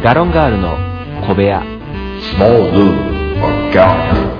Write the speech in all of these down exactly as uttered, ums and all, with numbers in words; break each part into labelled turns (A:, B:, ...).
A: ガロンガールの小部屋。
B: Small Room or Gallery。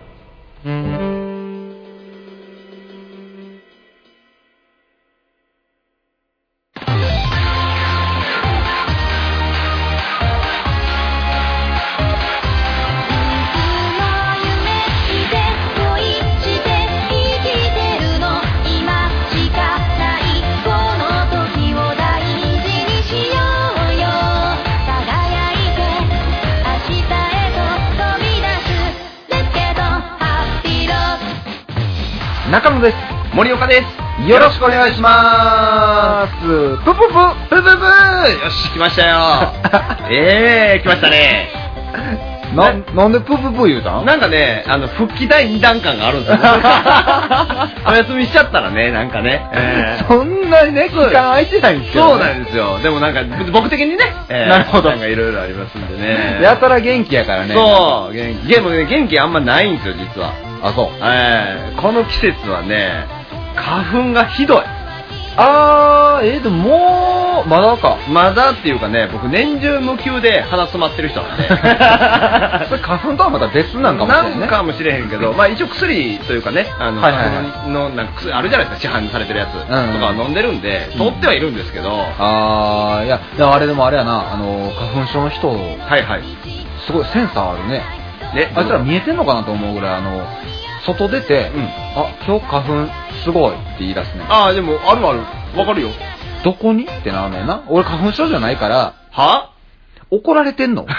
A: 中野です。
C: 森岡です。
A: よろしくお願いします。プププ
C: プププよし、来ましたよ。えー、来ましたね。
A: な、なんでプププ言うたん？
C: なんかね、あの、復帰第二弾感があるんですよ。お休みしちゃったらね、なんかね。
A: えー、そんなにね、期間空いてないんですよ、ね。
C: そうなんですよ。でもなんか、僕的にね、えー、
A: なるほど。
C: なんかいろいろありますんでね。
A: やたら元気やからね。
C: そう、元気。ゲームね、元気あんまないんですよ、実は。
A: あ、そう。
C: えー、この季節はね、花粉がひどい。
A: あー、えー、でももう、まだか。
C: まだっていうかね、僕年中無休で鼻詰まってる人なんで。それ
A: 花粉とはまた別なんかもしれんね。
C: なんかもしれへんけど、まあ一応薬というかね、あの、はいはいはい、のなんか薬あるじゃないですか、市販されてるやつとかは飲んでるんで、うん、通ってはいるんですけど。
A: あー、いや、でもあれでもあれやな、あの、花粉症の人、はい
C: はい。
A: すごいセンサーあるね。え、あいつら見えてんのかなと思うぐらい、あの、外出て、うん、あ、今日花粉すごいって言い出すね。
C: ああ、でも、あるある。わかるよ。
A: どこにってなるのよな。俺花粉症じゃないから。
C: は？
A: 怒られてんの？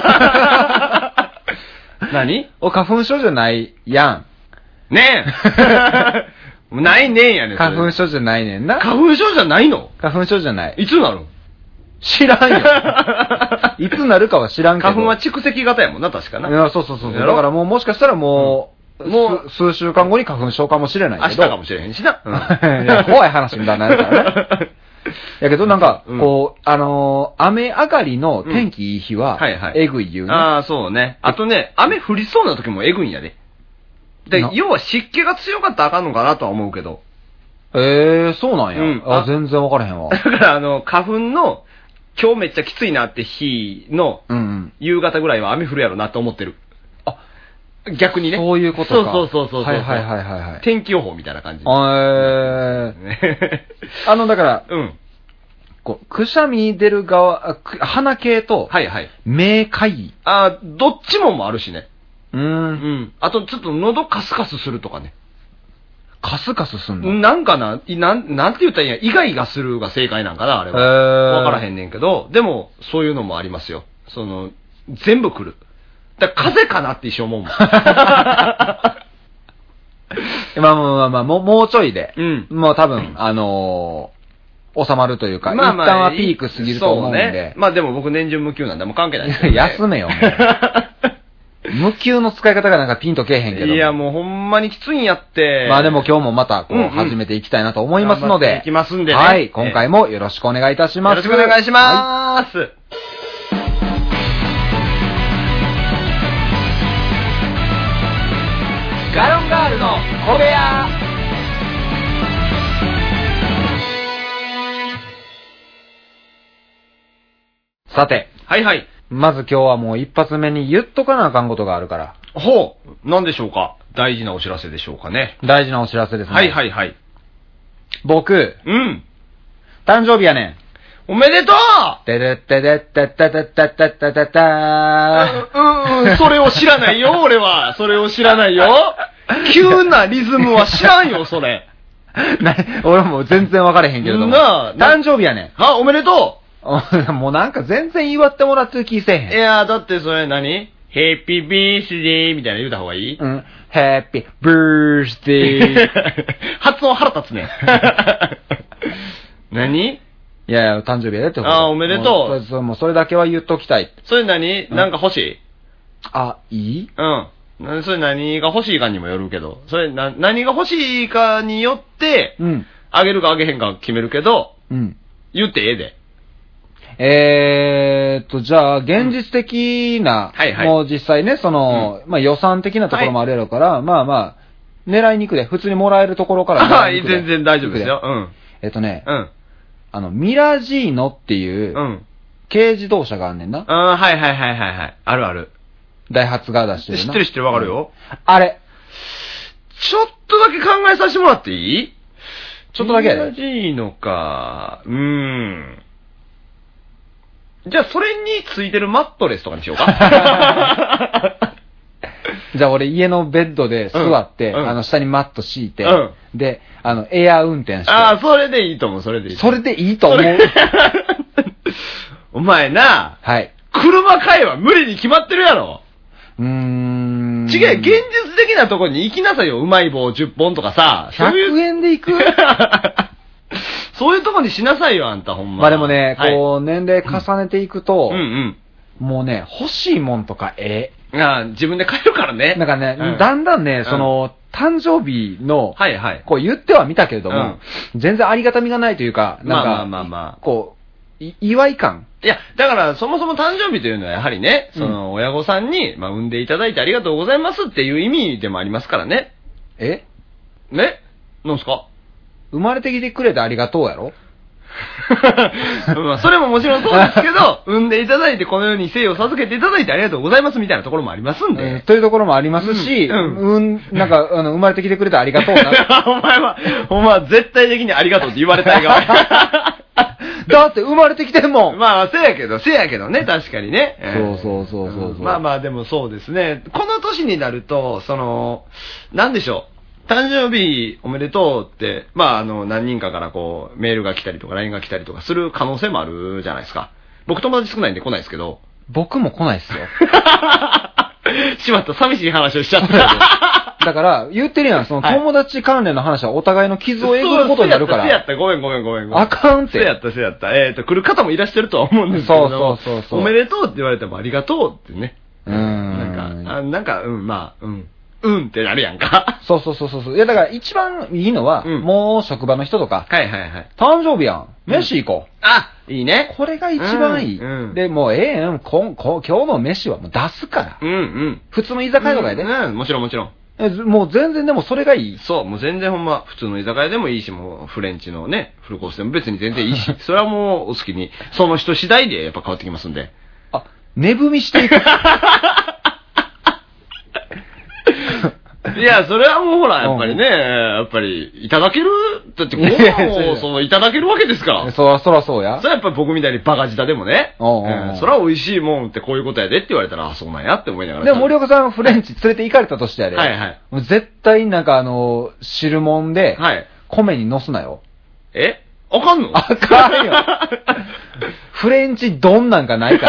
C: 何？
A: 俺花粉症じゃないや
C: ん。ねえ。ないねんやねん。
A: 花粉症じゃないねんな。
C: 花粉症じゃないの？
A: 花粉症じゃない。
C: いつなの？
A: 知らんよ。いつなるかは知らんけど。
C: 花粉は蓄積型やもんな、確かな。
A: いや、そうそうそう。だからもうもしかしたらもう、うん、もう数週間後に花粉症かもしれないけど。
C: 明日かもしれへんしな。
A: うん、いや怖い話になるからね。やけどなんか、うん、こう、あのー、雨上がりの天気いい日は、はいはい、えぐい言うね。
C: ああ、そうね。あとね、雨降りそうな時もえぐいんやで。で、要は湿気が強かったらあかんのかなとは思うけど。
A: ええー、そうなんや。うん、あ、全然わからへんわ。
C: だからあの、花粉の、今日めっちゃきついなって日の、夕方ぐらいは雨降るやろなと思ってる。あ、逆にね。
A: そういうことか。
C: そうそうそうそう。
A: はいはいはいはい、はい。
C: 天気予報みたいな感じ。
A: えー、あの、だから、うん。こう、くしゃみ出る側、鼻系と、はいはい。目かい。
C: あ、どっちももあるしね。
A: うーん。うん。
C: あと、ちょっと喉カスカスするとかね。
A: カスカスすんの？
C: なんかな、なん、なんて言ったらいいんや、イガイガするが正解なんかな、あれは。わからへんねんけど、でも、そういうのもありますよ。その、全部来る。だから風かなって一生思うもん。まあ
A: まあまあまあ、もう、もうちょいで、うん、もう多分、あのー、収まるというか、まあまあ、一旦はピーク過ぎると思うんで。そうね。
C: まあでも僕年中無休なんで、もう関係ないです、
A: ね。休めよ、もう。無給の使い方がなんかピンとけえへんけど。
C: いや、もうほんまにきついんやって。
A: まあでも今日もまた、こう、始めていきたいなと思いますので。
C: いきますんでね。
A: はい、今回もよろしくお願いいたします。
C: よろしくお願いします。はい、
A: ガロンガールの小部屋。さて。
C: はいはい。
A: まず今日はもう一発目に言っとかなあかんことがあるから。
C: ほう。何でしょうか。大事なお知らせでしょうかね。
A: 大事なお知らせですね。
C: はいはいはい。
A: 僕。
C: うん。
A: 誕生日やねん。
C: おめでとう
A: てれってれってってってってってってってって
C: ー。うん、それを知らないよ、俺は。それを知らないよ。急なリズムは知らんよ、それ。
A: な、俺も全然分かれへんけれども。なあ、誕生日やねん。
C: あ、おめでとう
A: もうなんか全然祝ってもらってる気せえへん。
C: いやだってそれ何ヘッピービースデーみたいな言うた方がいい？
A: うん。ヘッピーブースデー。
C: 発音腹立つね。何？
A: いやいや、誕生日やでってこと。
C: あ、おめでとう。
A: もうそ, もうそれだけは言っときたい。
C: それ何、うん、なんか欲しい？
A: あ、いい？
C: うん。それ何が欲しいかにもよるけど、それな何が欲しいかによって、うん。あげるかあげへんか決めるけど、うん。言ってええで。
A: えーっと、じゃあ、現実的な、うんはいはい、もう実際ね、その、うん、まあ予算的なところもあるやろうから、はい、まあまあ、狙いに行くで、普通にもらえるところから
C: 狙いに行くで。はい、全然大丈夫ですよ。うん。
A: えっとね、うん。あの、ミラジーノっていう、うん。 軽自動車があんねんな。
C: ああ、はいはいはいはいはい。あるある。
A: ダイハツが出してるな。
C: 知ってる知ってるわかるよ。
A: あれ。
C: ちょっとだけ考えさせてもらっていい？
A: ちょっとだけやで。
C: いいのか。うーん。じゃあそれについてるマットレスとかにしようか。
A: じゃあ俺家のベッドで座って、うん、あの下にマット敷いて、うん、で、あのエア運転して。
C: ああ、それでいいと思う、それでいい。
A: それでいいと思う。
C: お前な、
A: はい。
C: 車買えば無理に決まってるやろ。
A: うーん。
C: 違う、現実的なとこに行きなさいよ、うまい棒じゅっぽんとかさ。
A: ひゃくえんで行く
C: そういうとこにしなさいよ、あんたほんま。
A: まあでもね、こう、年齢重ねていくと、
C: うんうん
A: うん、もうね、欲しいもんとかえ
C: え。ああ、自分で買えるからね。
A: なんかね、
C: うん、
A: だんだんね、その、誕生日の、
C: はいはい。
A: こう言ってはみたけれども、うん、全然ありがたみがないというか、なんか、
C: まあまあまあまあ、
A: こう、祝い感。
C: いや、だからそもそも誕生日というのはやはりね、その親御さんに、まあ、産んでいただいてありがとうございますっていう意味でもありますからね。
A: え
C: ねなんすか？
A: 生まれてきてくれてありがとうやろ
C: まあそれももちろんそうですけど、産んでいただいてこのように生を授けていただいてありがとうございますみたいなところもありますんで。
A: うん、というところもありますし、うん、うん、なんか、あの、生まれてきてくれてありがとうな。
C: お前は、お前は絶対的にありがとうって言われたい側。
A: だって生まれてきてんもん。
C: まあ、せやけど、せやけどね、確かにね。
A: そうそうそうそうそう、うん。
C: まあまあ、でもそうですね。この年になると、その、なんでしょう。誕生日おめでとうって、まあ、あの、何人かからこう、メールが来たりとか、ライン が来たりとかする可能性もあるじゃないですか。僕友達少ないんで来ないですけど。
A: 僕も来ないですよ。
C: しまった、寂しい話をしちゃった。
A: だから、言ってるやん、その友達関連の話はお互いの傷をえぐることになるから。
C: せやった、ごめんごめんごめんごめん。
A: あかんって。
C: せやった、せやった。えっと、来る方もいらっしゃるとは思うんですけど。
A: そうそうそうそう。
C: おめでとうって言われてもありがとうってね。
A: うーん。
C: なんか、あなんか、うん、まあ、うん。うんってなるやんか。
A: そうそうそうそう。いや、だから一番いいのは、うん、もう職場の人とか。
C: はいはいはい。
A: 誕生日やん。飯行こう。
C: うん、あ、いいね。
A: これが一番いい。うんうん、で、もうええやん。ここ今日の飯はもう出すから。
C: うんうん。
A: 普通の居酒屋とかやで。
C: うん、うん、もちろんもちろん。
A: え、もう全然でもそれがいい。
C: そう、もう全然ほんま、普通の居酒屋でもいいし、もうフレンチのね、フルコースでも別に全然いいし、それはもうお好きに、その人次第でやっぱ変わってきますんで。
A: あ、寝踏みしていく。
C: いや、それはもうほら、やっぱりね、やっぱり、いただけるだってご飯を、その、いただけるわけですから。
A: そら、そらそうや。
C: それはやっぱり僕みたいにバカ舌でもね、
A: おうおうおう、
C: うん、それは美味しいもんってこういうことやでって言われたら、あ、そうなんやって思いながら。
A: でも森岡さんフレンチ連れて行かれたとしてやで。
C: はいはい。
A: もう絶対なんかあの、汁物で、
C: はい。
A: 米にのすなよ。
C: えあかんの
A: あかんよ。フレンチ丼なんかないから。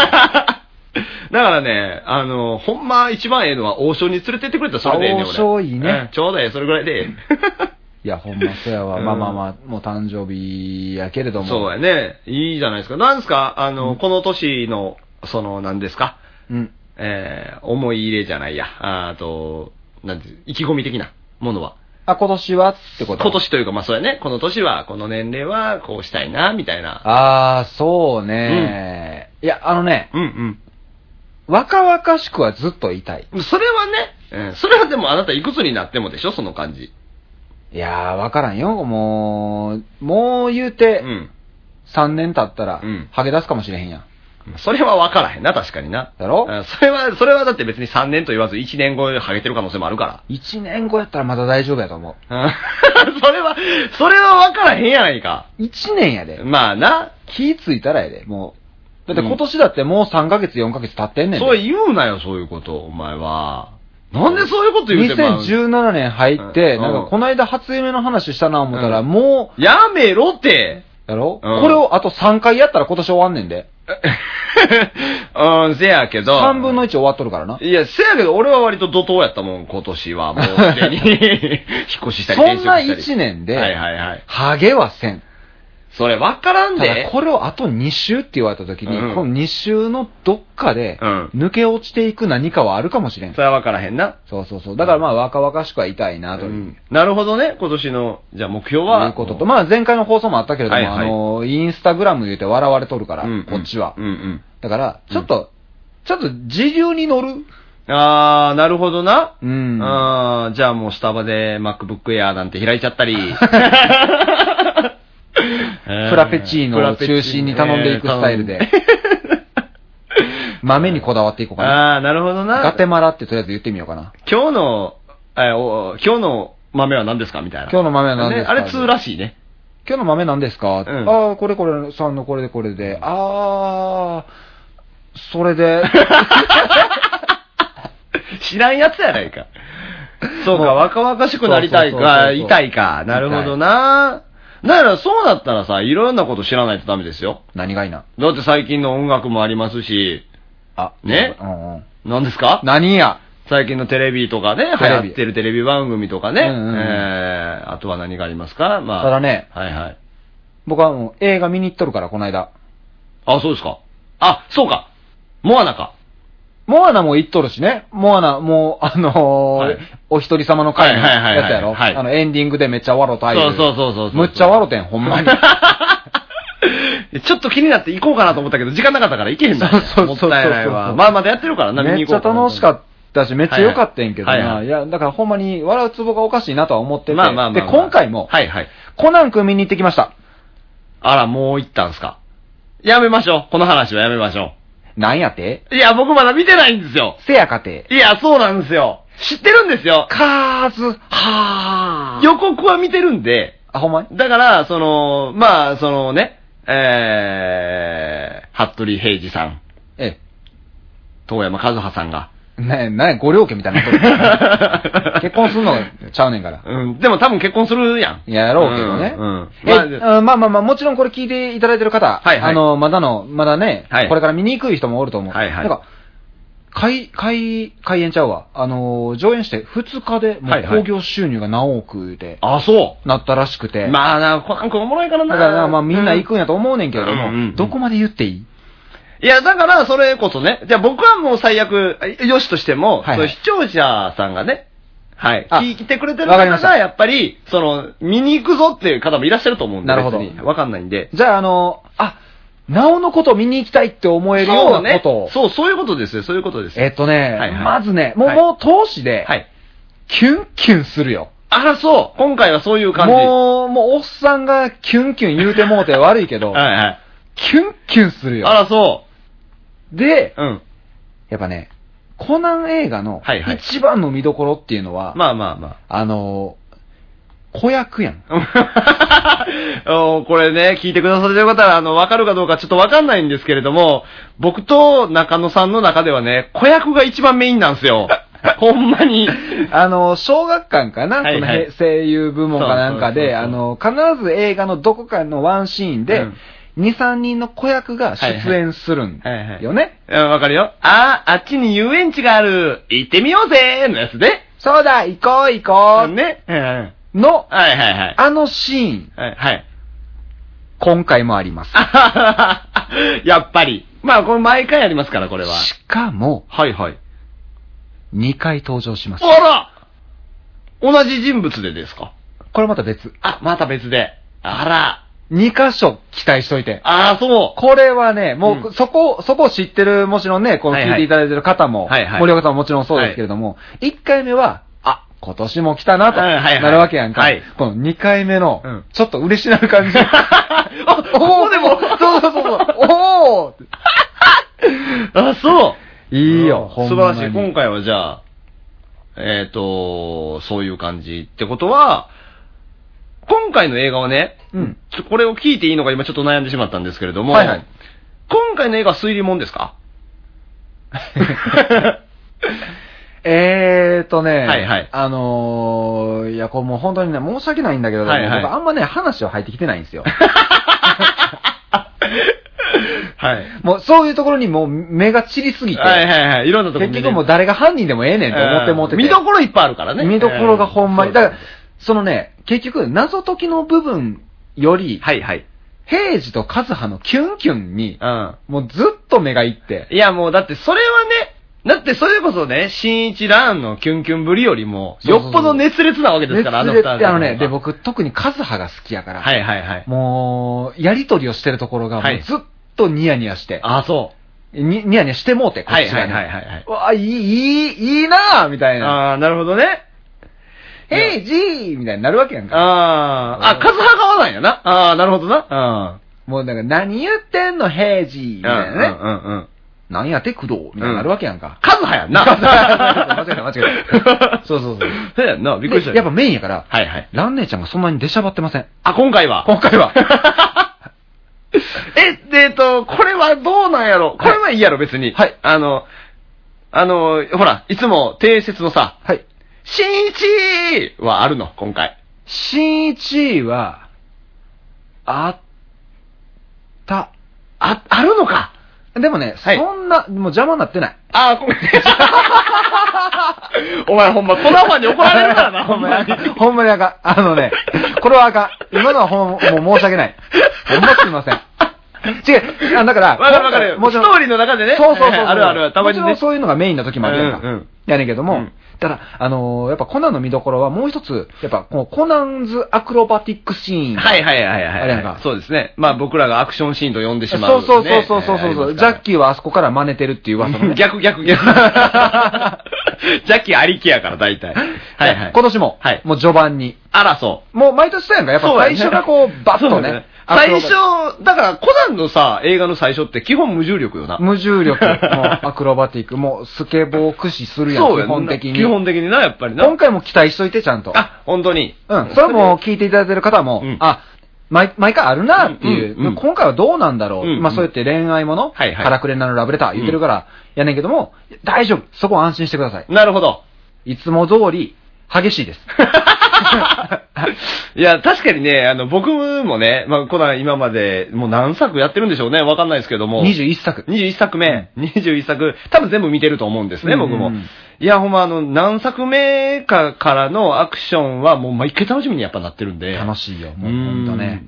C: だからね、あの、ほんま一番ええのは王将に連れてってくれたらそれでええねん。
A: 王将いいね、
C: うん。ちょうだい、それぐらいでええ。
A: いや、ほんまそうやわ。うん、まあまあまあ、もう誕生日やけれども。
C: そうやね。いいじゃないですか。なんですかあの、うん、この年の、その、なんですか
A: うん。
C: えー、思い入れじゃないや。あと、なんて、意気込み的なものは。
A: あ、今年はってこと？
C: 今年というか、まあそうやね。この年は、この年齢は、こうしたいな、みたいな。
A: ああ、そうね、うん。いや、あのね。
C: うんうん。
A: 若々しくはずっといたい。
C: それはね、うん、それはでもあなたいくつになってもでしょ、その感じ。
A: いやー、わからんよ。もう、もう言うて、うん、さんねん経ったら、うん、ハゲ出すかもしれへんやん。
C: それはわからへんな、確かにな。
A: だろ？
C: それは、それはだって別にさんねんと言わずいちねんごハゲてる可能性もあるから。
A: いちねんごやったらまだ大丈夫やと思う。
C: それは、それはわからへんやないか。
A: いちねんやで。
C: まあな。
A: 気ついたらやで、もう。だって今年だってもうさんかげつよんかげつ経ってんねんで。
C: そう言うなよ、そういうこと、お前は。なんでそういうこと言うてんの？
A: にせんじゅうななねん入って、うん、なんかこの間初夢の話したな思ったら、うん、も
C: う。やめろって。
A: やろ、うん、これをあとさんかいやったら今年終わんねんで。
C: うん、せやけど。
A: さんぶんのいち終わっとるからな。
C: いや、せやけど俺は割と怒涛やったもん、今年は。もうすでに。引っ越ししたり、
A: そんないちねんで、
C: はいはいはい。
A: ハゲはせん。
C: それ分からんで。
A: ただこれをあとに週って言われた時に、うん、このに週のどっかで、抜け落ちていく何かはあるかもしれん。
C: それは分からへんな。
A: そうそうそう。だからまあ若々しくはいたいなと、うん。
C: なるほどね。今年の、じゃあ目標は。
A: いうことと、まあ前回の放送もあったけれども、はいはい、あの、インスタグラム言うて笑われとるから、うんうん、こっちは。
C: うんうん、
A: だから、ちょっと、うん、ちょっと時流に乗る。
C: あー、なるほどな。
A: うん。
C: あー、じゃあもうスタバで MacBook Air なんて開いちゃったり。
A: フラペチーノを中心に頼んでいくスタイルで。 豆にこだわっていこうかな。
C: ああ、なるほどな。
A: ガテマラってとりあえず言ってみようかな。
C: 今日の、えお今日の豆は何ですかみたいな。
A: 今日の豆は何ですか、
C: ね、あれ通らしいね。
A: 今日の豆何ですか、うん、ああ、これこれ、さんのこれでこれで、ああ、それで。
C: 知らんやつやないか。そうか、若々しくなりたいか、痛いか。なるほどな。だからそうだったらさ、いろんなこと知らないとダメですよ。
A: 何がいいな。
C: だって最近の音楽もありますし。
A: あ、
C: ね。
A: うんうん。
C: 何ですか？
A: 何や。
C: 最近のテレビとかね、流行ってるテレビ番組とかね。うんうん、えー、あとは何がありますか？まあ。
A: ただね。
C: はいはい。
A: 僕はもう映画見に行っとるから、この間。
C: あ、そうですか。あ、そうか。モアナか。
A: モアナも行っとるしね。モアナ、もう、あのーはい、お一人様の会のやつやろ。はいはいはいはい、あの、エンディングでめっちゃ笑とあいる。
C: そうそうそうそうそう。
A: むっちゃ笑てん、ほんまに。
C: ちょっと気になって行こうかなと思ったけど、時間なかったから行けへんだ、ね。
A: そうそうそうそう。
C: もったいないわ。まあまだやってるからな、
A: 見に行こうかな。めっちゃ楽しかったし、めっちゃ良かったんやけどな。はいはい、いや、だからほんまに笑うツボがおかしいなとは思ってて。まあまあまあ、まあ。で、今回も、はいはい。コナン君見に行ってきました。
C: あら、もう行ったんすか。やめましょう。この話はやめましょう。
A: なんやって
C: いや、僕まだ見てないんですよ。
A: せやかて。
C: いや、そうなんですよ。知ってるんですよ。
A: カーズ、は
C: ー。予告は見てるんで。
A: あ、ほんまに
C: だから、その、まあ、そのね、えー、服部平次さん。
A: ええ。
C: 遠山和葉さんが。
A: ねえ、なに、ご両家みたいな。結婚するのがちゃうねんから。
C: うん。でも多分結婚するやん。
A: やろうけどね。うん。うん、え、まあ、まあまあまあ、もちろんこれ聞いていただいてる方。はいはい。あの、まだの、まだね、はい、これから見に行く人もおると思う。はいはい。なんか、開、開、開演ちゃうわ。あの、上演してふつかで、もう興行収入が何億で。
C: あ、そう。
A: なったらしくて。
C: まあな、こなんかおもろいからな。
A: だからまあみんな行くんやと思うねんけれども、うんうんうん、どこまで言っていい？
C: いや、だから、それこそね。じゃあ僕はもう最悪、よしとしても、はいはい、そう視聴者さんがね、はい。聞いてくれてる方が、やっぱり、その、見に行くぞっていう方もいらっしゃると思うんで。
A: なるほど。
C: わかんないんで。
A: じゃあ、あの、あ、なおのこと見に行きたいって思えるようなことを。
C: そうね。そう、そういうことですよ。そういうことです。
A: えっとね、はいはい、まずね、もう、はい、もう投資で、はい。キュンキュンするよ。
C: あら、そう。今回はそういう感じ。
A: もう、もう、おっさんがキュンキュン言うてもうて悪いけど、はいはい。キュンキュンするよ。
C: あら、そう。
A: で、うん。やっぱね、コナン映画の一番の見どころっていうのは、
C: はいはい、まあまあま
A: あ、あのー、子役やん。
C: これね、聞いてくださってる方は、あの、わかるかどうかちょっとわかんないんですけれども、僕と中野さんの中ではね、子役が一番メインなんですよ。ほんまに。
A: あの、小学館かな、はいはい、その声優部門かなんかで、あの、必ず映画のどこかのワンシーンで、うんに、さんにんの子役が出演するんよね。はいはいはい
C: はい、わかるよ。ああ、あっちに遊園地がある。行ってみようぜのやつで。
A: そうだ、行こう行こう。
C: ね。
A: の、
C: はいはいはい。
A: あのシーン。
C: はいはい。
A: 今回もあります。
C: やっぱり。まあ、これ毎回ありますから、これは。
A: しかも、
C: はいはい。
A: にかい登場します。
C: あら同じ人物でですか？
A: これまた別。
C: あ、また別で。あら。
A: に箇所期待しといて。
C: ああ、そう。
A: これはね、もう、うん、そこ、そこを知ってる、もちろんね、この聞いていただいてる方も、はいはい、森岡さんももちろんそうですけれども、はい、いっかいめは、あ、今年も来たなと、なるわけやんか。はい、このにかいめの、うん、ちょっと嬉しなる感じ。あ、
C: ここでも、
A: そうそうそうそう、おー
C: あ、そう。
A: いいよ、
C: ほんまに。素晴らしい。今回はじゃあ、えっと、そういう感じってことは、今回の映画はね、うん、これを聞いていいのか今ちょっと悩んでしまったんですけれども、はいはい、今回の映画は推理もんですか？
A: えーとね、
C: はいはい、
A: あのー、いや、これもう本当にね、申し訳ないんだけど、はいはい、僕あんまね、話は入ってきてないんですよ。はい。もうそういうところにもう目が散りすぎて。
C: はいはいはい。いろんなところに。
A: 結局もう誰が犯人でもええねんと思って思ってて。
C: 見どころいっぱいあるからね。
A: 見どころがほんまに。だから、そのね、結局、謎解きの部分より、
C: はいはい。
A: 平次と和葉のキュンキュンに、うん。もうずっと目がいって。
C: いやもうだってそれはね、だってそれこそね、新一ラーンのキュンキュンぶりよりも、よっぽど熱烈なわけですから、
A: 熱烈ってあのね、で僕特に和葉が好きやから、
C: はいはいはい。
A: もう、やりとりをしてるところが、もうずっとニヤニヤして。
C: ああ、そう。
A: に、ニヤニヤしてもうて、こっちが、ね。
C: はいはいはいはい、はい。
A: わあ、いい、いい、いいなぁみたいな。
C: ああ、なるほどね。
A: ヘイジーみたいになるわけやんか。
C: ああ、あ、カズハ側なんやな。ああ、なるほどな。
A: うん。もうなんか、何言ってんの、ヘイジーみたいなね。
C: うんうんうん。
A: なんやて工藤みたいになるわけやんか。
C: カズハやんな。
A: 間違えた、間違えた。そうそうそう。
C: そうやんな、びっくりした。
A: やっぱメインやから、
C: はいはい。
A: ラン姉ちゃんがそんなに出しゃばってません。
C: あ、今回は
A: 今回は。
C: え、えっと、これはどうなんやろこれはいいやろ、別に。
A: はい。
C: あの、あの、ほら、いつも定説のさ、
A: はい。
C: しんいちはあるの、今回。
A: しんいちは、あった。
C: あ、あるのか。
A: でもね、はい、そんな、もう邪魔になってない。
C: ああ、ごめん。お前ほんま、コナファンに怒られるからな、ほんまに。
A: ほんまにあかん。あのね、これはあかん。今のはほん、もう申し訳ない。ほんますみません。違う、あだから、
C: わかるわかる。もちろん。ストーリーの中でね。
A: そうそうそう。
C: あるある。たまにね。
A: もちろんそういうのがメインの時もあるやんか。うんうん、やねんけども、うん、ただ、あのー、やっぱコナンの見どころはもう一つ、やっぱこのコナンズアクロバティックシーン。
C: はいはいはいはい。あれやんか。そうですね。まあ僕らがアクションシーンと呼んでしまう、ね。
A: そうそうそうそうそうそう、えー。ジャッキーはあそこから真似てるっていう噂の、ね。
C: 逆逆逆。ジャッキーありきやから大体。はいはい。
A: 今年も、はい、もう序盤に。
C: あらそう。
A: もう毎年そうやんか。やっぱ最初がこう、バッとね。
C: 最初、だからコナンのさ、映画の最初って基本無重力よな。
A: 無重力。もうアクロバティック。もうスケボー駆使するやん。
C: そう
A: 基本的に。
C: 基本的にな、やっぱりな。
A: 今回も期待しといて、ちゃんと。
C: あ、本当に。
A: うん。それも聞いていただいてる方も、うん、あ、毎、毎回あるなっていう、うんうん、今回はどうなんだろう。うんうん、まあそうやって恋愛もの、はいはい、からくれなのラブレター言ってるから、やねんけども、大丈夫。そこは安心してください。
C: なるほど。
A: いつも通り、激しいです。
C: いや、確かにね、あの、僕もね、まあ、コナン今まで、もう何作やってるんでしょうね、わかんないですけども。
A: にじゅういっさく。
C: にじゅういっさくめ。うん、にじゅういっさく。多分全部見てると思うんですね、僕も。いや、ほんまあの、何作目かからのアクションはもう毎回楽しみにやっぱなってるんで。
A: 楽しいよ、もうほんとね。
C: うん。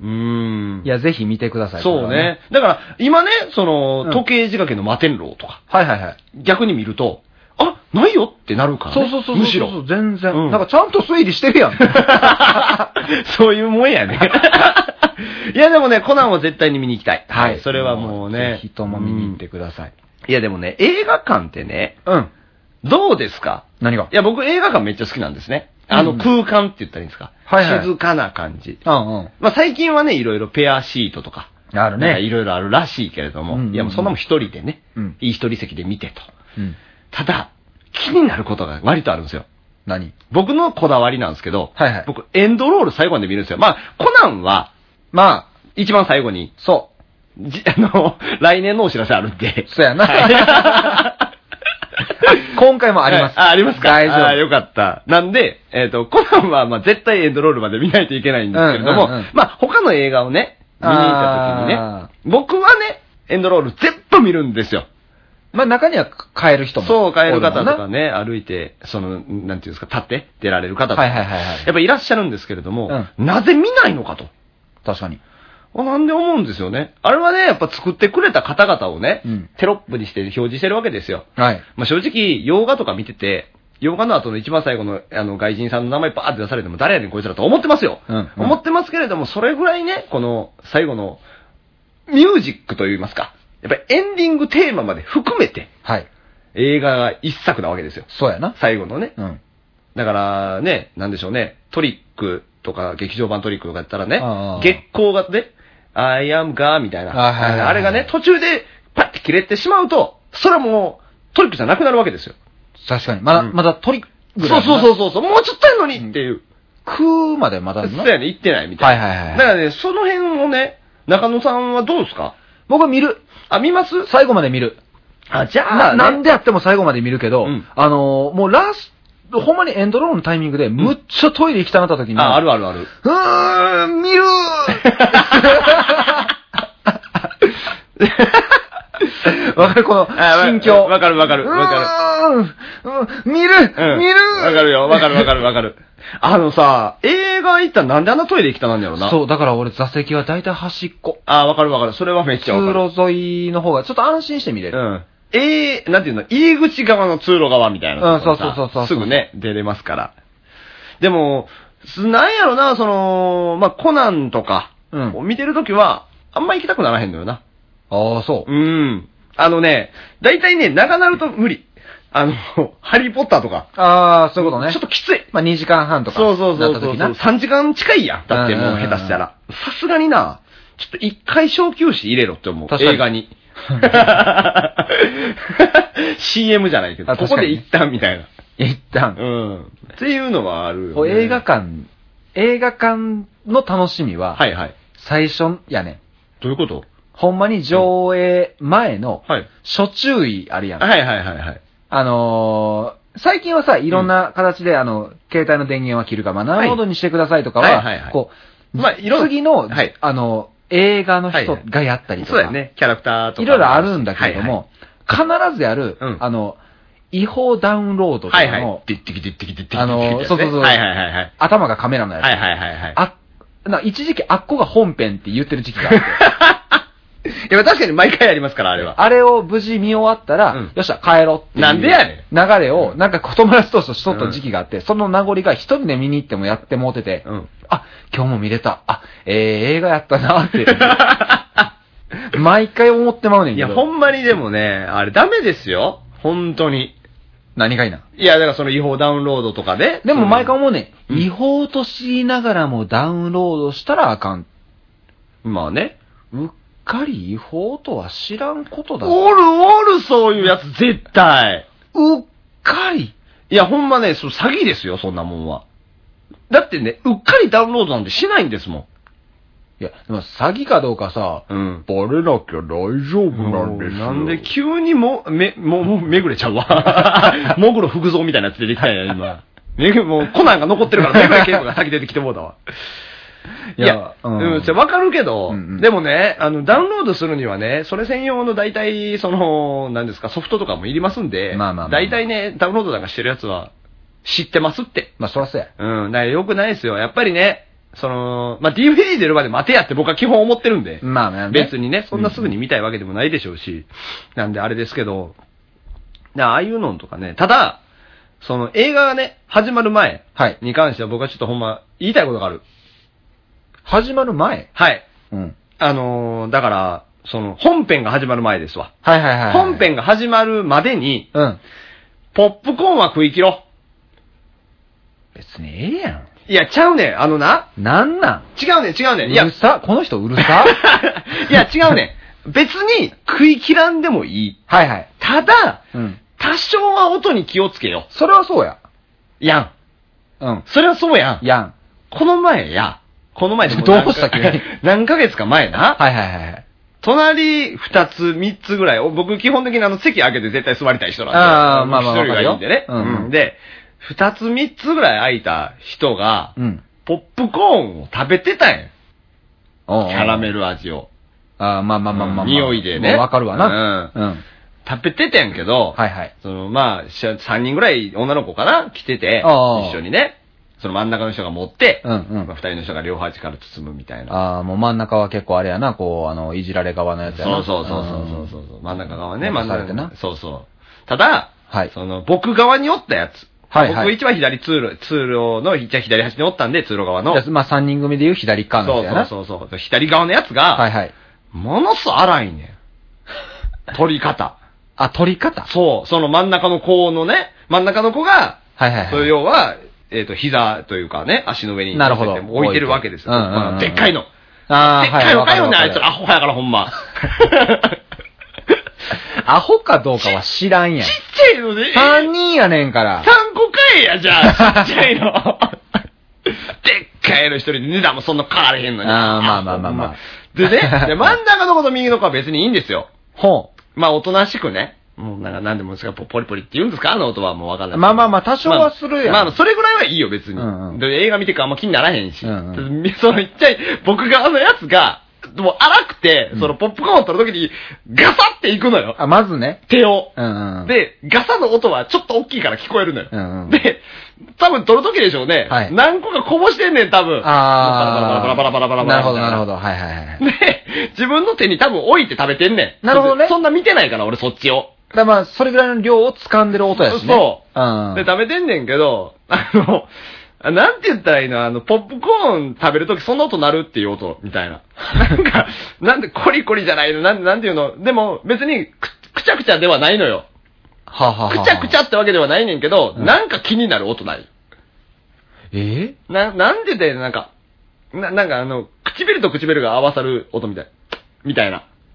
A: いや、ぜひ見てください。
C: そうね。だから、今ね、その、時計仕掛けの摩天楼とか。
A: はいはいはい。
C: 逆に見ると、あ、ないよってなるから、ね。
A: そうそうそうそう。
C: むしろ。
A: 全然、うん。なんかちゃんと推理してるやん。
C: そういうもんやね。いやでもね、コナンは絶対に見に行きたい。はい。それはもうね。
A: ぜひとも見に行ってください。うん、
C: いやでもね、映画館ってね。
A: うん。
C: どうですか？
A: 何が？
C: いや僕映画館めっちゃ好きなんですね。あの空間って言ったらいいんですか？
A: はいはい。
C: 静かな感じ。
A: うんうん。
C: まあ最近はね、いろいろペアシートとか。
A: あるね。
C: いろいろあるらしいけれども。うんうんうん、いやもうそんなもん一人でね。うん。いい一人席で見てと。うん。ただ、気になることが割とあるんですよ。
A: 何？
C: 僕のこだわりなんですけど、
A: はいはい。
C: 僕、エンドロール最後まで見るんですよ。まあ、コナンは、まあ、一番最後に、
A: そう。
C: じ、あの、来年のお知らせあるんで。
A: そうやな。はい、今回もあります。
C: はい、あ、ありますか？
A: 大丈夫。
C: あ、よかった。なんで、えっと、コナンは、まあ、絶対エンドロールまで見ないといけないんですけれども、うんうんうん、まあ、他の映画をね、見に行った時にね、僕はね、エンドロール全部見るんですよ。
A: まあ中には買える人も。
C: そう、買える方とかね、歩いて、その、なんていうんですか、立って出られる方とか。
A: はいはいはい、はい。
C: やっぱいらっしゃるんですけれども、うん、なぜ見ないのかと。
A: 確かに。
C: なんで思うんですよね。あれはね、やっぱ作ってくれた方々をね、うん、テロップにして表示してるわけですよ。
A: はい。
C: まあ正直、洋画とか見てて、洋画の後の一番最後の、あの、外人さんの名前バーって出されても誰やねんこいつらと思ってますよ。うんうん、思ってますけれども、それぐらいね、この、最後の、ミュージックといいますか。やっぱりエンディングテーマまで含めて、
A: はい。
C: 映画が一作なわけですよ。
A: そうやな。
C: 最後のね。
A: うん。
C: だからね、なんでしょうね、トリックとか、劇場版トリックとかやったらね、月光がね、I am God みたいな。あ、はいはいはい、あれがね、途中でパッて切れてしまうと、それはもうトリックじゃなくなるわけですよ。
A: 確かに。まだ、うん、まだトリックぐ
C: らい。そうそうそうそう、もうちょっとやのにっていう。
A: 空までまだ
C: そうやね、行ってないみたいな。
A: はいはいはい。
C: だからね、その辺をね、中野さんはどうですか？
A: 僕は見る。
C: あ、見ます？
A: 最後まで見る。
C: あ、じゃあ、
A: ね、な、なんであっても最後まで見るけど、うん、あのー、もうラスト、ほんまにエンドロールのタイミングで、むっちゃトイレ行きたなった時に、うん、
C: あ、あるあるある。
A: うーん、見るわかるこの、心境。
C: わかるわかるわかる。
A: うーん、見る、うん、見る
C: わかるよ、わかるわかるわかる。あのさ、映画行ったらなんであんなトイレ行きたなんやろな。
A: そう、だから俺座席は大体端っこ。
C: ああ、わかるわかる。それはめっちゃわかる。
A: 通路沿いの方がちょっと安心して見れる。
C: うん。えー、なんていうの、入り口側の通路側みたいな。
A: うん、そうそうそうそう。
C: すぐね、出れますから。でも、なんやろな、その、まあ、コナンとか、うん、見てるときは、あんま行きたくならへんのよな。
A: ああ、そう。
C: うん。あのね、だいたいね、長なると無理。あの、ハリーポッターとか。
A: ああ、そういうことね。
C: ちょっときつい。
A: まあ、にじかんはんとか。
C: そうそうそうそうそう。さんじかん近いやん。だってもう下手したら。さすがにな、ちょっと一回小休止入れろって思う。映画に。 シーエム じゃないけど、ここで一旦みたいな。
A: 一旦。
C: うん。っていうのはあるよね。
A: 映画館、映画館の楽しみは、
C: はいはい。
A: 最初やねん。
C: どういうこと？
A: ほんまに上映前の、
C: はい。
A: 初注意あるやん。
C: はいはいはいはい。
A: あのー、最近はさ、いろんな形で、うん、あの、携帯の電源は切るか、マナーモードにしてくださいとかは、はいはいはい、こう、まあ、次の、はい、あの、映画の人がやったりとか、はいはい、
C: そうだよね、キャラクターとか。
A: いろいろあるんだけれども、はいはい、必ずやる、うん、あの、違法ダウンロードとかの、はいはい、
C: ディッティキディッティキディッティキ
A: あの、そうそうそう、
C: はいはいはいはい、
A: 頭がカメラのやつ。
C: はいはいはいはい。
A: あ、な一時期あっこが本編って言ってる時期があって。
C: いや、確かに毎回やりますから、あれは。
A: あれを無事見終わったら、うん、よっしゃ、帰ろうっていう。
C: なんでやね
A: ん。流れを、なんか友達としとった時期があって、うん、その名残が一人で見に行ってもやってもうてて、うん、あ、今日も見れた。あ、えー、映画やったなって。毎回思ってまうねんけど。
C: いや、ほんまにでもね、あれダメですよ。本当に。
A: 何がいいな。
C: いや、だからその違法ダウンロードとかで。
A: でも毎回思うね、うん、違法と知りながらもダウンロードしたらあかん。
C: まあね。
A: うっかり違法とは知らんことだ。
C: おるおる、そういうやつ絶対。
A: うっかり。
C: いや、ほんまね、そう詐欺ですよ、そんなもんは。だってね、うっかりダウンロードなんてしないんですもん。
A: いや、でも詐欺かどうかさ、うん。バレなきゃ大丈夫なんですよ。
C: なんで急にも、め、もう、もう、めぐれちゃうわ。もぐろ福蔵みたいなやつ出てきたんや、今。めぐ、もう、コナンが残ってるから、めぐれ警部が先出てきてもうたわ。いや、うん、うん、わかるけど、うんうん、でもね、あの、ダウンロードするにはね、それ専用の大体、その、何ですか、ソフトとかもいりますんで、まあまあまあ、大体ね、ダウンロードなんかしてるやつは、知ってますって。
A: まあ、そらそうや。
C: うん、だからよくないですよ。やっぱりね、その、まあ、ディーブイディー 出るまで待てやって僕は基本思ってるんで、まあまあ、ね、別にね、そんなすぐに見たいわけでもないでしょうし、うん、なんであれですけど、ああいうのとかね、ただ、その映画がね、始まる前に関しては僕はちょっとほんま言いたいことがある。
A: 始まる前？
C: はい。うん。あのー、だから、その、本編が始まる前ですわ。
A: はいはいはい、はい。
C: 本編が始まるまでに、うん。ポップコーンは食い切ろ。
A: 別にええやん。
C: いや、ちゃうねん。あのな。
A: なんなん
C: 違うねん、違うねん。
A: いや、うるさこの人うるさ
C: いや、違うねん。別に食い切らんでもいい。
A: はいはい。
C: ただ、うん。多少は音に気をつけよ。
A: それはそうや。
C: やん。うん。それはそうやん。
A: やん。
C: この前や。この前でも
A: どうしたっけ
C: 何ヶ月か前な。
A: はいはいはい。
C: 隣二つ三つぐらい、僕基本的にあの席開けて絶対座りたい人なんで。
A: ああ、まあまあ。
C: 一人がいいんでね。うん、うん。で、二つ三つぐらい空いた人が、うん、ポップコーンを食べてたんや。キャラメル味を。
A: ああ、まあまあまあまあ、まあ。
C: 匂いでね。
A: わかるわな。
C: うん。うん。食べてたんやけど、
A: はいはい。
C: その、まあ、三人ぐらい女の子かな来てて、一緒にね。その真ん中の人が持って、うんうん。まあ、二人の人が両端から包むみたいな。
A: ああ、もう真ん中は結構あれやな、こう、あの、いじられ側のやつやな。
C: そうそうそうそうそうそう。真ん中側ね、真ん中側。な。そうそう。ただ、はい。その、僕側におったやつ。はいはい。僕一番左通路、通路の一番左端におったんで、通路側の。
A: まあ三人組でいう左側のやつやな。
C: そうそうそうそう。左側のやつが、はいはい。ものすごい荒いねん。取り方。
A: あ、取り方
C: そう。その真ん中の子のね、真ん中の子が、はいはいはい。そう要は、えっ、ー、と、膝というかね、足の上に
A: なるほど
C: 置いてるわけですよ。うんうんうん、でっかいの。
A: ああ、
C: でっかいのかよね、あいつアホやからほんま。
A: アホかどうかは知らんやん。
C: ちっちゃいので。
A: 三人やねんから。
C: 三個かいや、じゃあ。ちっちゃいの。でっかいの一人で値段もそんな変われへんのに。
A: ああ、まあまあまあまあ。
C: でね、で真ん中の子と右の子は別にいいんですよ。
A: ほう。
C: まあ、おとなしくね。もうなんか何でもですか、ポリポリって言うんですかあの音はもうわかんない。
A: まあまあまあ、多少はするやん。
C: まあ、まあ、それぐらいはいいよ、別に。うんうん、で映画見てからあんま気にならへんし。うんうん、その、いっちゃい、僕側のやつが、もう荒くて、そのポップコーンを取るときに、ガサっていくのよ。
A: あ、まずね。
C: 手を。
A: うんうん、
C: で、ガサの音はちょっと大きいから聞こえるのよ。うんうん、で、多分取るときでしょうね。はい、何個かこぼしてんねん、多分。
A: ああ。
C: バラバラバラバラバラバラ。
A: なるほど、なるほど。はいはいはい。
C: で、自分の手に多分置いて食べてんねん。
A: なるほどね。
C: そんな見てないから、俺そっちを。
A: だまあ、それぐらいの量を掴んでる音やしね。
C: そう。うん。で、食べてんねんけど、あの、なんて言ったらいいのあの、ポップコーン食べるときそんな音鳴るっていう音、みたいな。なんか、なんでコリコリじゃないのなんで、なんていうのでも、別にく、くちゃくちゃではないのよ。
A: ははは
C: くちゃくちゃってわけではないねんけど、うん、なんか気になる音ない。
A: え
C: ー、な、なんでで、なんか、な、なんかあの、唇と唇が合わさる音みたい。みたいな。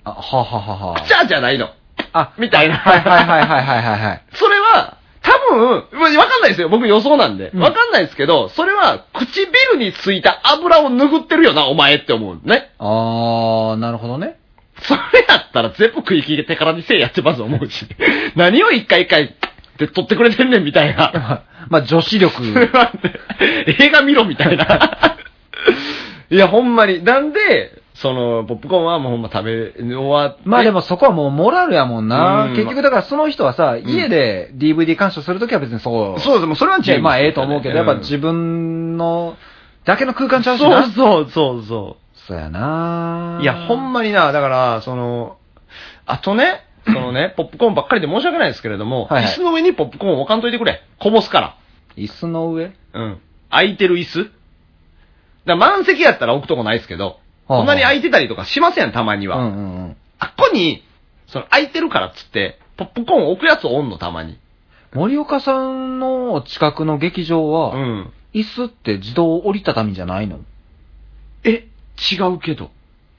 A: あ、はははは。
C: くちゃじゃないの。
A: あ、
C: みたいな。
A: はいはいはいはいはいはいはい。
C: それは、多分、わかんないですよ。僕予想なんで。わかんないですけど、それは唇についた油を拭ってるよな、お前って思うね。
A: あー、なるほどね。
C: それやったら全部食い切れてからにせえやってまず思うし。何を一回一回って取ってくれてんねんみたいな。
A: まあ女子力。
C: 映画見ろみたいな。いや、ほんまに。なんで、その、ポップコーンはもうほんま食べ終わって。
A: まあでもそこはもうモラルやもんな。結局だからその人はさ、家で ディーブイディー 鑑賞するときは別にそう。
C: そうです、もうそれは自由。
A: まあええと思うけど、やっぱ自分のだけの空間ちゃうしな。
C: そうそうそうそう。
A: そうやな。
C: いや、ほんまにな、だから、その、あとね、そのね、ポップコーンばっかりで申し訳ないですけれども、はいはい、椅子の上にポップコーン置かんといてくれ。こぼすから。
A: 椅子の上？
C: うん。空いてる椅子？だ満席やったら置くとこないですけど、そんなに空いてたりとかしません、たまには。うんうんうん、あっこに、その空いてるからっつって、ポップコーン置くやつおんの、たまに。
A: 森岡さんの近くの劇場は、うん、椅子って自動折りたたみじゃないの？
C: え、違うけど。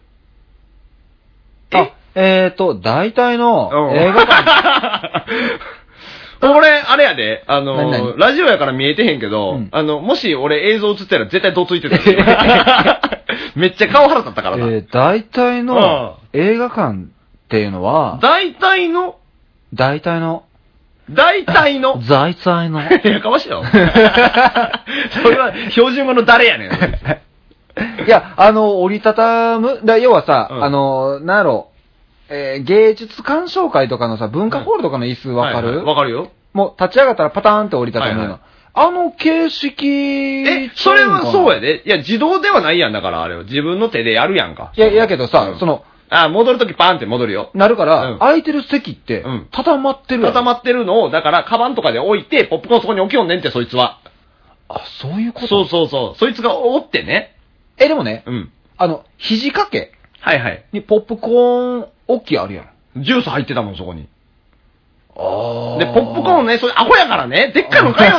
A: ええーと、大体の映画館。
C: 俺、あれやで、あのー、何々ラジオやから見えてへんけど、うん、あの、もし俺映像映ったら絶対どついてた。めっちゃ顔腹立ったからな。
A: えー、大体の映画館っていうのは、
C: 大体の
A: 大体の
C: 大体の
A: 大体の
C: やかましいよ。それは標準語の誰やねん。
A: いや、あの、折りたたむ、だ要はさ、うん、あの、なんやろ、えー、芸術鑑賞会とかのさ、文化ホールとかの椅子わかる？わ、
C: はいはい、かるよ。
A: もう立ち上がったらパターンって折りたたむの。はいはい、あの形式。
C: え、それはそうやで。いや、自動ではないやんだから、あれは。自分の手でやるやんか。
A: いや、いやけどさ、うん、その、
C: あ、戻るときパーンって戻るよ。
A: なるから、うん、空いてる席って、畳まってるやん。
C: 畳まってるのを、だから、カバンとかで置いて、ポップコーンそこに置きよんねんって、そいつは。
A: あ、そういうこと？
C: そうそうそう。そいつが折ってね。
A: え、でもね、
C: うん。
A: あの、肘掛け。
C: はいはい。
A: にポップコーン置きあるやん。
C: ジュース入ってたもん、そこに。
A: ああ。
C: で、ポップコーンね、それアホやからね。でっかいの買えよ。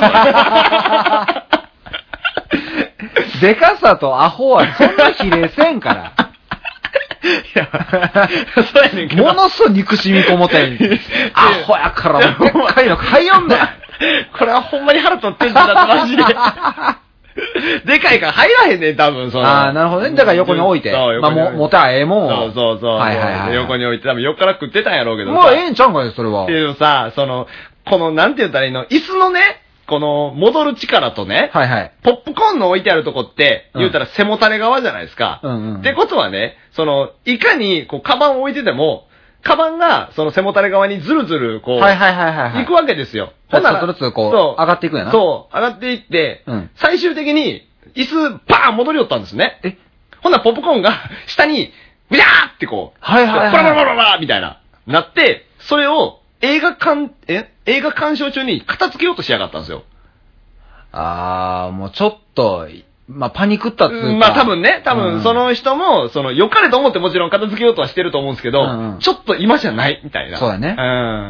A: でかさとアホはそんな比例せんから。
C: いや、そうやねんけど。
A: ものすごい憎しみこもってん。アホやから、でっかいの買いよんだよ。
C: これはほんまに腹立ってんだな、マジで。でかいから入らへんねん、多分、その。
A: ああ、なるほどね。だから横に置いて。そう、まあ、も、もたええもん。
C: そうそうそう。はいはいはい。横に置いて、多分横から食ってたんやろうけど。
A: もうええんちゃうんかね、それは。
C: けどさ、その、この、なんて言ったらいいの、椅子のね、この、戻る力とね、
A: はいはい。
C: ポップコーンの置いてあるとこって、言うたら背もたれ側じゃないですか。うんうん。ってことはね、その、いかに、こう、カバンを置いてても、カバンが、その背もたれ側にずるずる、こう、
A: はいはいはいはい、はい。
C: 行くわけですよ。
A: ほんなら、ちょっとずつこう、そう上がっていくんやな。
C: そう、上がっていって、うん、最終的に、椅子、バーン戻りよったんですね。
A: え
C: ほんならポップコーンが、下に、ビャーってこう、
A: はいはいはい。
C: バラバラバラバラみたいな、なって、それを、映画館、え映画鑑賞中に片付けようとしやがったんですよ。
A: あー、もうちょっと、まあ、パニクったっていうか。
C: まあ、多分ね、多分その人も、その、良かれと思ってもちろん片付けようとはしてると思うんですけど、うんうん、ちょっと今じゃない、みたいな。
A: そうだね。
C: うん。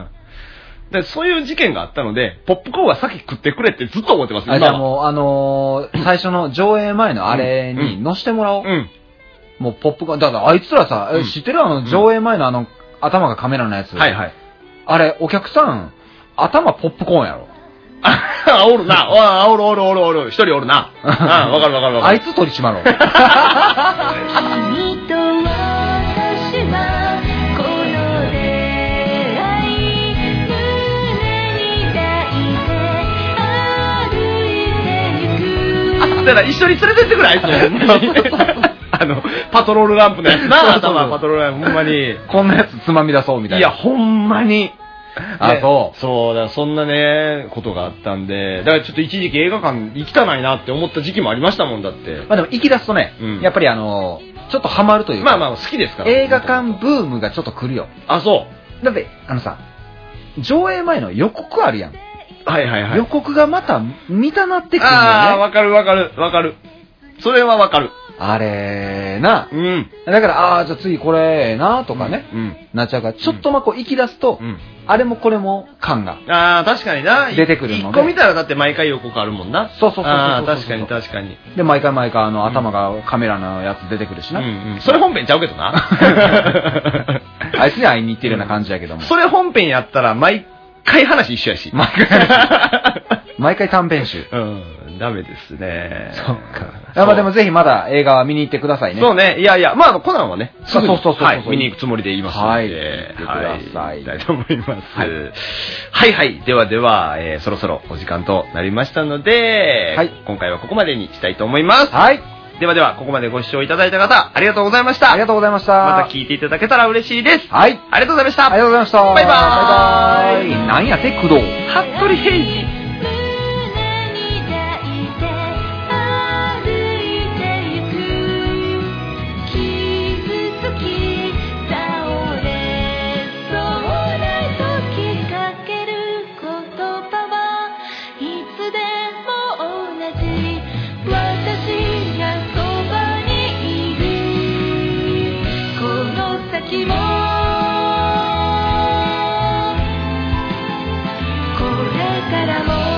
C: でそういう事件があったので、ポップコーンは先食ってくれってずっと思ってます、今は。
A: あ、じゃあもう、あのー、最初の上映前のあれに乗してもらおう。うん。うん、もうポップコーン、だからあいつらさ、うん、知ってるあの、上映前のあの、頭がカメラのやつ。
C: はいはい。
A: あれ、お客さん、頭ポップコーンやろ。
C: あ、おるな。あ、おるおるおるおる。一人おるな。あ、わかるわかるわかる。
A: あいつ取り締まろう。君と私はこの出会い胸に抱
C: いて歩いてゆく。だから一緒に連れてってくれ、あいつ。あの、パトロールランプのやつな。頭パトロールランプ、ほんまに。
A: こんなやつつまみ出そうみたいな。
C: いや、ほんまに。
A: あ、そう。
C: そう、だからそんなね、ことがあったんで、だからちょっと一時期映画館行きたないなって思った時期もありましたもんだって。
A: まあでも行き出すとね、うん、やっぱりあの、ちょっとハマるというか。
C: まあまあ好きですから。
A: 映画館ブームがちょっと来るよ。
C: あ、そう。
A: だって、あのさ、上映前の予告あるやん。
C: はいはいはい。
A: 予告がまた見たなってくるのね。
C: ああ、わかるわかるわかる。それはわかる。
A: あれな。
C: うん。
A: だから、ああ、じゃあ次これええなとかね。うん。なっちゃうから、ちょっとまあこう行き出すと、うん。あれもこれも感が。
C: ああ、確かにな。
A: 出てくるのね。
C: 一個見たらだって毎回予告あるもんな。
A: そうそうそうそう。あ
C: あ、確かに確かに。
A: で、毎回毎回あの頭がカメラのやつ出てくるしな。
C: うんうん。それ本編ちゃうけどな。
A: あいつに会いに行ってるような感じやけども。
C: それ本編やったら毎回話一緒やし。
A: 毎回毎回短編集。
C: うん、ダメですね。
A: そうか。まあでもぜひまだ映画は見に行ってくださいね。
C: そうね。いやいや、まあコナンはね、
A: すぐに
C: そうそうそう、はい、見に行くつもりでいますので、
A: はい、行ってください。
C: 行きたいと思います。はい、はいはい。ではでは、えー、そろそろお時間となりましたので、はい、今回はここまでにしたいと思います。
A: はい。
C: ではでは、ここまでご視聴いただいた方、ありがとうございました。
A: ありがとうございました。
C: また聞いていただけたら嬉しいです。
A: はい。
C: ありがとうございました。
A: ありがとうございました。
C: バイバーイ。
A: バイバーイ。なんやて、工藤。
C: 服部平次。
D: これからも